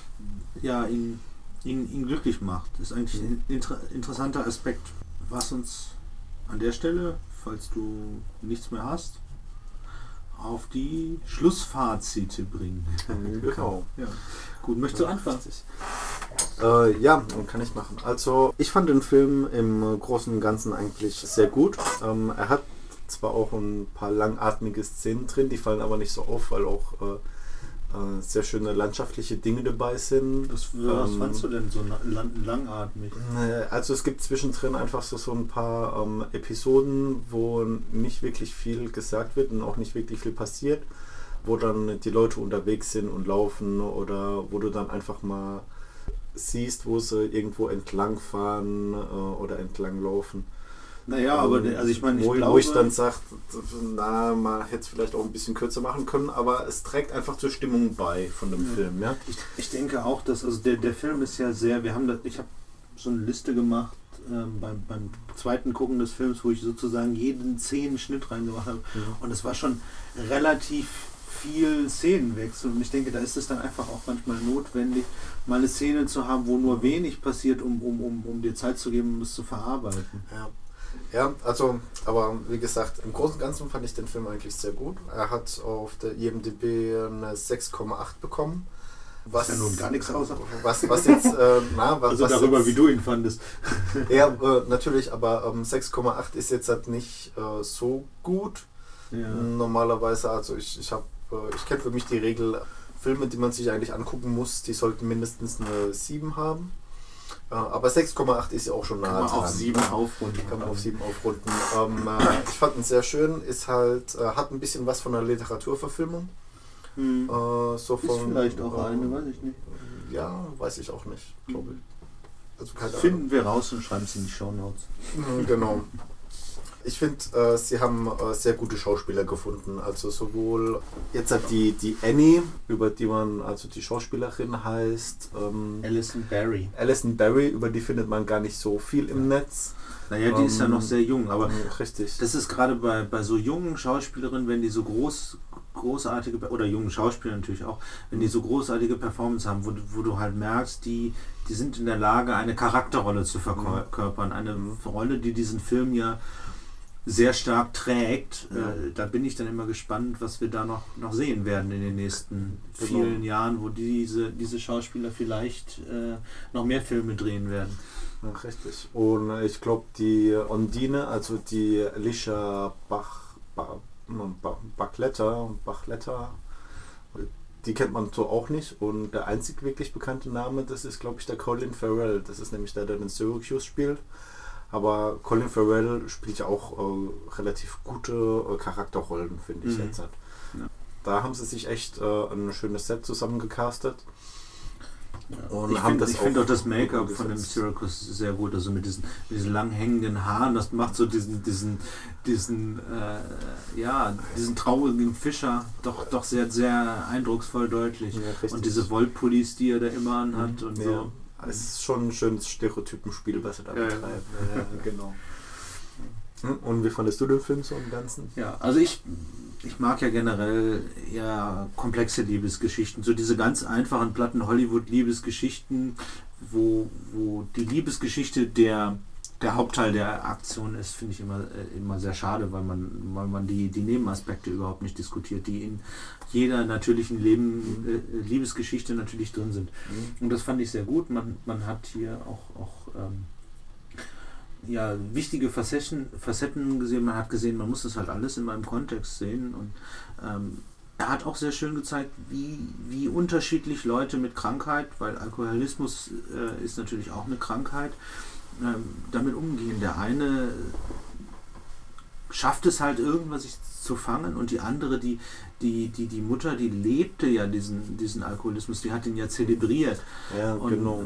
ihn glücklich macht. Das ist eigentlich ein interessanter Aspekt, was uns an der Stelle, falls du nichts mehr hast, auf die Schlussfazite bringen. Genau. Ja. Gut, möchtest du anfangen? Ja, kann ich machen. Also ich fand den Film im Großen und Ganzen eigentlich sehr gut. Er hat zwar auch ein paar langatmige Szenen drin, die fallen aber nicht so auf, weil auch sehr schöne landschaftliche Dinge dabei sind. Was fandst du denn so langatmig? Also es gibt zwischendrin einfach so ein paar Episoden, wo nicht wirklich viel gesagt wird und auch nicht wirklich viel passiert, wo dann die Leute unterwegs sind und laufen, oder wo du dann einfach mal siehst, wo sie irgendwo entlang fahren oder entlang laufen. Naja, aber also ich meine, wo ich dann sage, man hätte es vielleicht auch ein bisschen kürzer machen können, aber es trägt einfach zur Stimmung bei von dem Film. Ja? Ich denke auch, dass also der Film ist ja sehr, ich habe so eine Liste gemacht beim zweiten Gucken des Films, wo ich sozusagen jeden Szenenschnitt reingemacht habe, und es war schon relativ viel Szenenwechsel, und ich denke, da ist es dann einfach auch manchmal notwendig, mal eine Szene zu haben, wo nur wenig passiert, um dir Zeit zu geben, um es zu verarbeiten. Ja, also, aber wie gesagt, im Großen und Ganzen fand ich den Film eigentlich sehr gut. Er hat auf der IMDb eine 6,8 bekommen. Was ja nun gar nichts aussagt. Was jetzt, also darüber, jetzt, wie du ihn fandest. Ja, natürlich, aber 6,8 ist jetzt halt nicht so gut. Ja. Normalerweise, also ich kenne für mich die Regel, Filme, die man sich eigentlich angucken muss, die sollten mindestens eine 7 haben. Aber 6,8 ist ja auch schon nah dran. Kann man auf 7 aufrunden. Ich fand ihn sehr schön, ist halt, hat ein bisschen was von einer Literaturverfilmung. Ist vielleicht auch eine, weiß ich nicht. Ja, weiß ich auch nicht, glaube ich. Also keine Finden Ahnung. wir raus und schreiben es in die Shownotes. Genau. Ich finde, sie haben sehr gute Schauspieler gefunden. Also sowohl jetzt hat die Annie, über die man, also die Schauspielerin heißt Alison Berry. Alison Berry, über die findet man gar nicht so viel im Netz. Naja, die ist ja noch sehr jung, aber richtig. Das ist gerade bei so jungen Schauspielerinnen, wenn die so großartige, oder jungen Schauspielern natürlich auch, wenn die so großartige Performance haben, wo du halt merkst, die sind in der Lage, eine Charakterrolle zu verkörpern. Eine Rolle, die diesen Film ja sehr stark trägt. Da bin ich dann immer gespannt, was wir da noch sehen werden in den nächsten vielen Jahren, wo diese Schauspieler vielleicht noch mehr Filme drehen werden. Ja, richtig. Und ich glaube, die Undine, also die Alicia Bachletta, die kennt man so auch nicht. Und der einzig wirklich bekannte Name, das ist, glaube ich, der Colin Farrell. Das ist nämlich der den Syracuse spielt. Aber Colin Farrell spielt ja auch relativ gute Charakterrollen, finde ich jetzt. Ja. Da haben sie sich echt ein schönes Set zusammengecastet. Ja. Und ich finde auch das Make-up von dem Syracuse sehr gut, also mit diesen lang hängenden Haaren, das macht so diesen traurigen Fischer doch sehr, sehr eindrucksvoll deutlich. Ja, und diese Wollpullis, die er da immer anhat und so. Es ist schon ein schönes Stereotypenspiel, was er da betreibt. Ja, genau. Und wie fandest du den Film so im Ganzen? Ja, also ich mag ja generell eher komplexe Liebesgeschichten, so diese ganz einfachen platten Hollywood-Liebesgeschichten, wo die Liebesgeschichte der Hauptteil der Aktion ist, finde ich immer sehr schade, weil man die Nebenaspekte überhaupt nicht diskutiert, die in jeder natürlichen Liebesgeschichte natürlich drin sind. Und das fand ich sehr gut. Man hat hier auch wichtige Facetten gesehen. Man hat gesehen, man muss das halt alles in einem Kontext sehen. Und er hat auch sehr schön gezeigt, wie unterschiedlich Leute mit Krankheit, weil Alkoholismus ist natürlich auch eine Krankheit, damit umgehen. Der eine schafft es halt irgendwas sich zu fangen, und die andere, die Mutter, die lebte ja diesen Alkoholismus, die hat ihn ja zelebriert. Ja, und genau.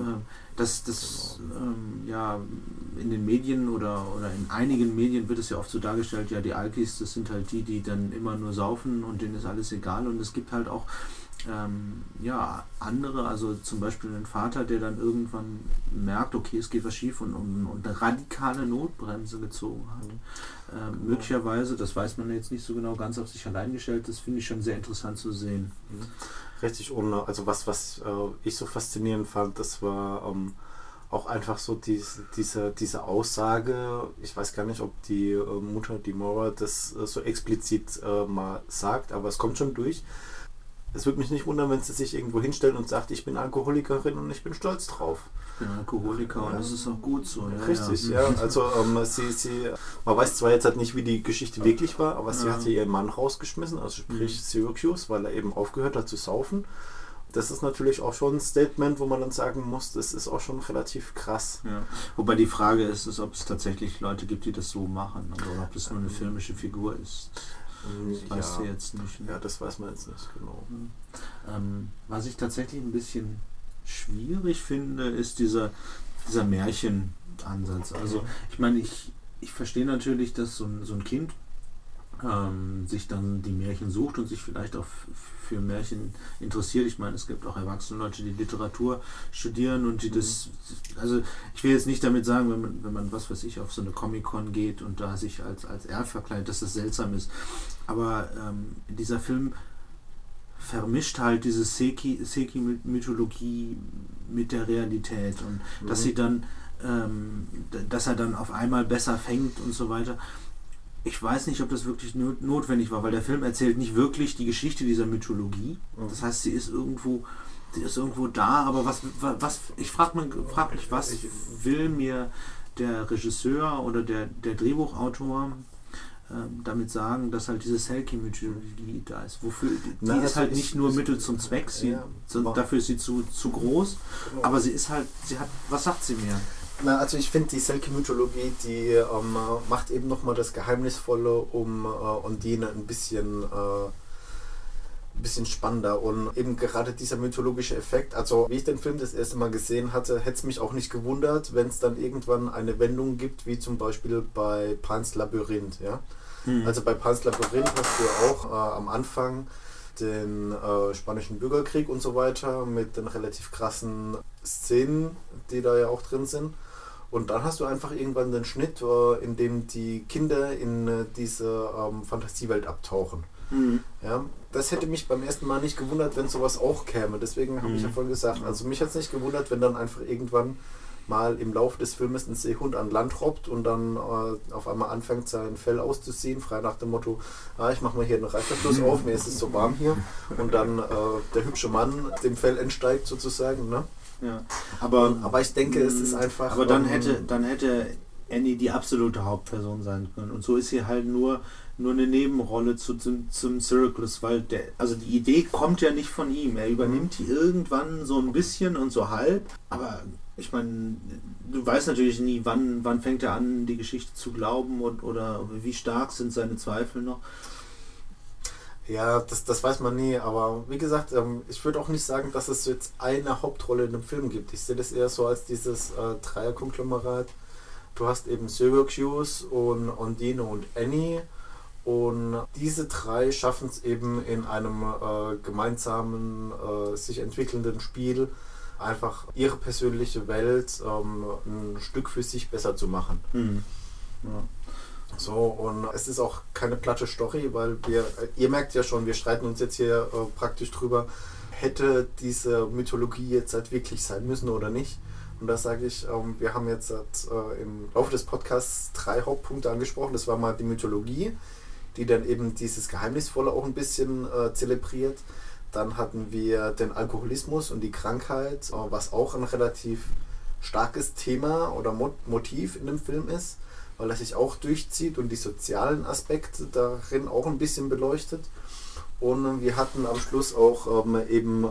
Ja, in den Medien oder in einigen Medien wird es ja oft so dargestellt, ja, die Alkis, das sind halt die dann immer nur saufen und denen ist alles egal, und es gibt halt auch ja, andere, also zum Beispiel ein Vater, der dann irgendwann merkt, okay, es geht was schief, und eine radikale Notbremse gezogen hat. Möglicherweise, das weiß man jetzt nicht so genau, ganz auf sich allein gestellt, das finde ich schon sehr interessant zu sehen. Richtig, und also was ich so faszinierend fand, das war auch einfach so diese Aussage, ich weiß gar nicht, ob die Mutter, die Maura, das so explizit mal sagt, aber es kommt schon durch. Es würde mich nicht wundern, wenn sie sich irgendwo hinstellt und sagt, ich bin Alkoholikerin und ich bin stolz drauf. Ich bin Alkoholiker, und das ist auch gut so. Ja, richtig, ja. Also man weiß zwar jetzt halt nicht, wie die Geschichte wirklich war, aber sie hat ja ihren Mann rausgeschmissen, also sprich Syracuse, weil er eben aufgehört hat zu saufen. Das ist natürlich auch schon ein Statement, wo man dann sagen muss, das ist auch schon relativ krass. Ja. Wobei die Frage ist, ob es tatsächlich Leute gibt, die das so machen, oder ob das nur eine filmische Figur ist. Das weißt du jetzt nicht. Ne? Ja, das weiß man jetzt nicht, genau. Was ich tatsächlich ein bisschen schwierig finde, ist dieser Märchenansatz. Also ich meine, ich verstehe natürlich, dass so ein Kind sich dann die Märchen sucht und sich vielleicht auch für Märchen interessiert. Ich meine, es gibt auch erwachsene Leute, die Literatur studieren und die das, also ich will jetzt nicht damit sagen, wenn man was weiß ich, auf so eine Comic-Con geht und da sich als Elf verkleidet, dass das seltsam ist. Aber dieser Film vermischt halt diese Seki-Mythologie mit der Realität, und dass er dann auf einmal besser fängt und so weiter. Ich weiß nicht, ob das wirklich notwendig war, weil der Film erzählt nicht wirklich die Geschichte dieser Mythologie. Das heißt, sie ist irgendwo da, aber was ich frage mich, was will mir der Regisseur oder der Drehbuchautor damit sagen, dass halt diese Selkie-Mythologie da ist. Wofür? Die ist halt nicht nur Mittel zum Zweck, dafür ist sie zu groß, aber sie hat, was sagt sie mir? Na, also ich finde, die Selkie-Mythologie, die macht eben nochmal das Geheimnisvolle um Undine ein bisschen spannender, und eben gerade dieser mythologische Effekt, also wie ich den Film das erste Mal gesehen hatte, hätte es mich auch nicht gewundert, wenn es dann irgendwann eine Wendung gibt, wie zum Beispiel bei Pan's Labyrinth, ja. Also bei Pan's Labyrinth hast du auch am Anfang den spanischen Bürgerkrieg und so weiter mit den relativ krassen Szenen, die da ja auch drin sind. Und dann hast du einfach irgendwann den Schnitt, in dem die Kinder in diese Fantasiewelt abtauchen. Ja, das hätte mich beim ersten Mal nicht gewundert, wenn sowas auch käme. Deswegen habe ich ja vorhin gesagt, also mich hat es nicht gewundert, wenn dann einfach irgendwann mal im Laufe des Filmes ein Seehund an Land robbt und dann auf einmal anfängt, sein Fell auszuziehen, frei nach dem Motto, ich mache mal hier den Reißverschluss auf, mir ist es so warm hier, und dann der hübsche Mann dem Fell entsteigt sozusagen, ne? Ja. Aber ich denke, es ist einfach... Aber dann hätte Annie die absolute Hauptperson sein können, und so ist sie halt nur eine Nebenrolle zum Syracuse, weil die Idee kommt ja nicht von ihm. Er übernimmt die irgendwann so ein bisschen und so halb, aber ich meine, du weißt natürlich nie, wann fängt er an, die Geschichte zu glauben, oder wie stark sind seine Zweifel noch. Ja, das weiß man nie, aber wie gesagt, ich würde auch nicht sagen, dass es jetzt eine Hauptrolle in dem Film gibt. Ich sehe das eher so als dieses Dreierkonglomerat. Du hast eben Syracuse und Undine und Annie, und diese drei schaffen es eben in einem gemeinsamen, sich entwickelnden Spiel, einfach ihre persönliche Welt ein Stück für sich besser zu machen. Ja. So, und es ist auch keine platte Story, weil ihr merkt ja schon, wir streiten uns jetzt hier praktisch drüber, hätte diese Mythologie jetzt halt wirklich sein müssen oder nicht. Und da sage ich, wir haben jetzt im Laufe des Podcasts 3 Hauptpunkte angesprochen. Das war mal die Mythologie, die dann eben dieses Geheimnisvolle auch ein bisschen zelebriert. Dann hatten wir den Alkoholismus und die Krankheit, was auch ein relativ starkes Thema oder Motiv in dem Film ist, weil er sich auch durchzieht und die sozialen Aspekte darin auch ein bisschen beleuchtet. Und wir hatten am Schluss auch eben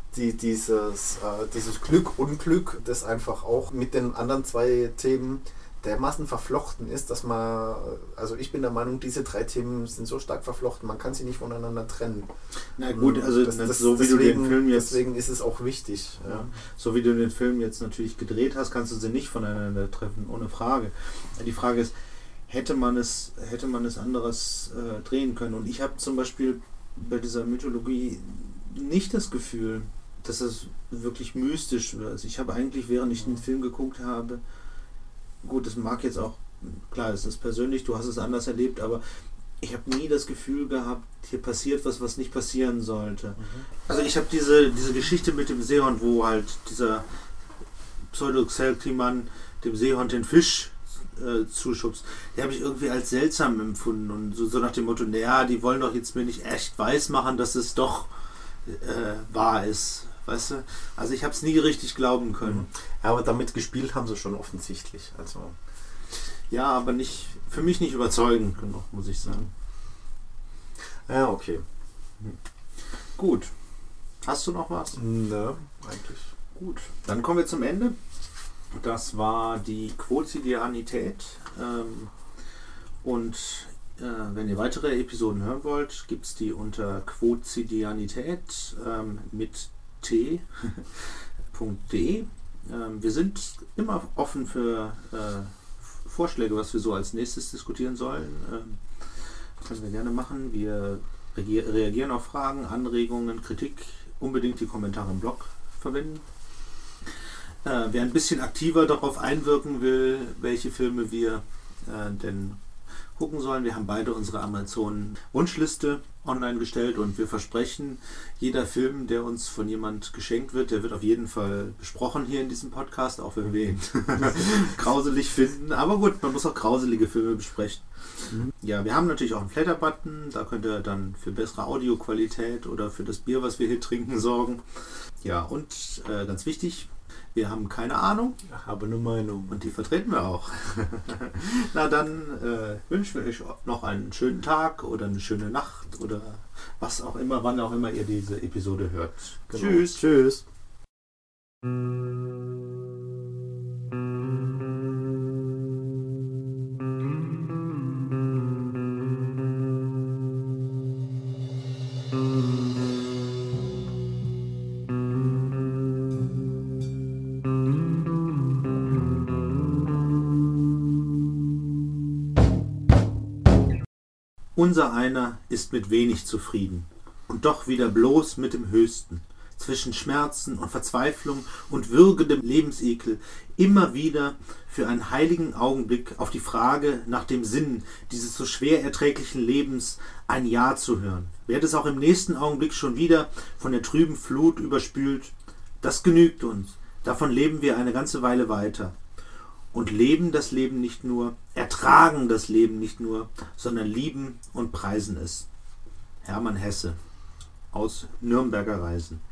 dieses Glück, Unglück, das einfach auch mit den anderen 2 Themen, dermaßen verflochten ist, dass man, also ich bin der Meinung, diese 3 Themen sind so stark verflochten, man kann sie nicht voneinander trennen. Na gut, also so wie deswegen, du den Film jetzt... Deswegen ist es auch wichtig. Ja. So wie du den Film jetzt natürlich gedreht hast, kannst du sie nicht voneinander treffen, ohne Frage. Die Frage ist, hätte man es anderes drehen können? Und ich habe zum Beispiel bei dieser Mythologie nicht das Gefühl, dass es wirklich mystisch wird. Ich habe eigentlich, während ich den Film geguckt habe, gut, das mag jetzt auch, klar, es ist persönlich, du hast es anders erlebt, aber ich habe nie das Gefühl gehabt, hier passiert was nicht passieren sollte. Also ich habe diese Geschichte mit dem Seehund, wo halt dieser Pseudo-Xelkliman dem Seehund den Fisch zuschubst, die habe ich irgendwie als seltsam empfunden und so nach dem Motto, naja, die wollen doch jetzt mir nicht echt weismachen, dass es doch wahr ist. Weißt du? Also ich habe es nie richtig glauben können. Ja, aber damit gespielt haben sie schon offensichtlich. Also ja, aber nicht, für mich nicht überzeugend genug, muss ich sagen. Ja, okay. Gut. Hast du noch was? Ne, eigentlich. Gut. Dann kommen wir zum Ende. Das war die Quotidianität. Und wenn ihr weitere Episoden hören wollt, gibt es die unter Quotidianität mit t.de. Wir sind immer offen für Vorschläge, was wir so als nächstes diskutieren sollen. Können wir gerne machen. Wir reagieren auf Fragen, Anregungen, Kritik. Unbedingt die Kommentare im Blog verwenden. Wer ein bisschen aktiver darauf einwirken will, welche Filme wir denn gucken sollen. Wir haben beide unsere Amazon-Wunschliste online gestellt und wir versprechen, jeder Film, der uns von jemand geschenkt wird, der wird auf jeden Fall besprochen hier in diesem Podcast, auch wenn wir ihn grauselig finden. Aber gut, man muss auch grauselige Filme besprechen. Ja, wir haben natürlich auch einen Flatter-Button, da könnt ihr dann für bessere Audioqualität oder für das Bier, was wir hier trinken, sorgen. Ja, und ganz wichtig, wir haben keine Ahnung. Ich habe eine Meinung. Und die vertreten wir auch. Na dann wünschen wir euch noch einen schönen Tag oder eine schöne Nacht oder was auch immer, wann auch immer ihr diese Episode hört. Genau. Tschüss. Tschüss. Unser einer ist mit wenig zufrieden und doch wieder bloß mit dem Höchsten. Zwischen Schmerzen und Verzweiflung und würgendem Lebensekel immer wieder für einen heiligen Augenblick auf die Frage nach dem Sinn dieses so schwer erträglichen Lebens ein Ja zu hören. Wird es auch im nächsten Augenblick schon wieder von der trüben Flut überspült? Das genügt uns. Davon leben wir eine ganze Weile weiter. Und leben das Leben nicht nur, ertragen das Leben nicht nur, sondern lieben und preisen es. Hermann Hesse aus Nürnberger Reisen.